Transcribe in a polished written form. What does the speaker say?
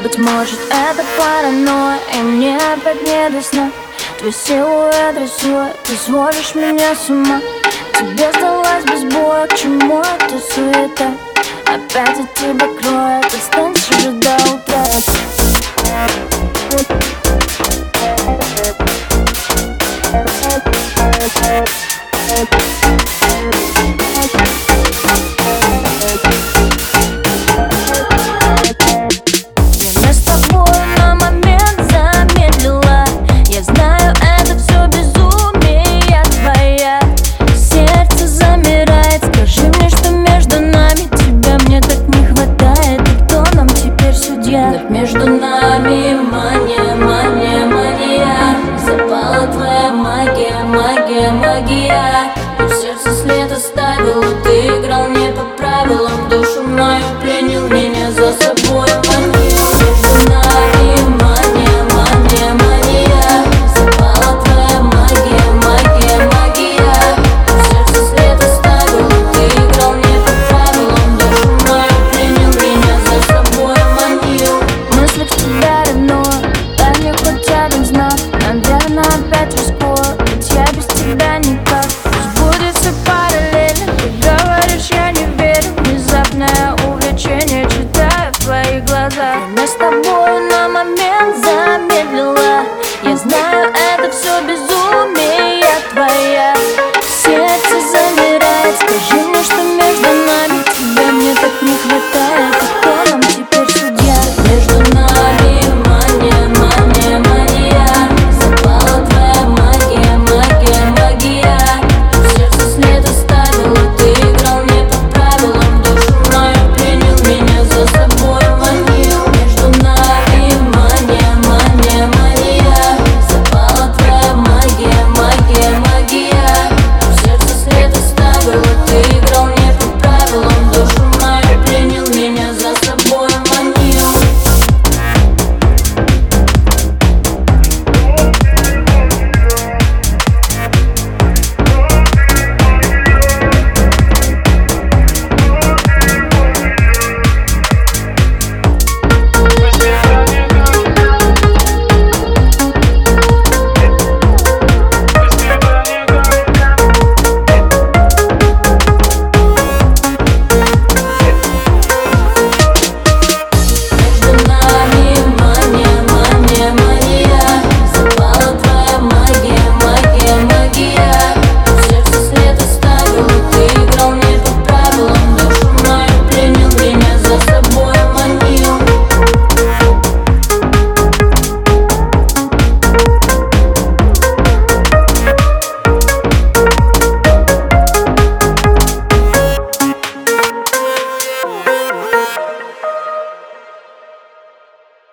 Быть может, это паранойя, и мне опять не до сна. Твой силуэт рисует, ты сводишь меня с ума. Тебе сдалась без боя, к чему эта суета? Опять от тебя кроет, останься же до утра. Время с тобой на момент замедлила. Я знаю, это все безумие твоя. Сердце замирает, скажи мне, что между нами. Тебя мне так не хватает, и кто нам теперь судья? Так между нами мания, мания, мания. Запала твоя магия, магия, магия. И в сердце след оставил, и ты играл не по правилам. Душу мою пленил, меня за собой манил. Между нами мания, мания, мания. Запала твоя магия, магия, магия. И в сердце след оставил, и ты играл не по правилам. Душу мою пленил, меня за собой манил. Мысли к тебе ревную, дай мне хоть один знак. Наверное, опять рискую, ведь я без тебя никак. Пусть будет все параллельно, ты говоришь, я не верю. Внезапное увлечение читаю в твоих глазах. Время с тобой на момент замедлила. Я знаю, это все безумие твоя. Сердце замирает, скажи мне, что между нами. Тебя мне так не хватает.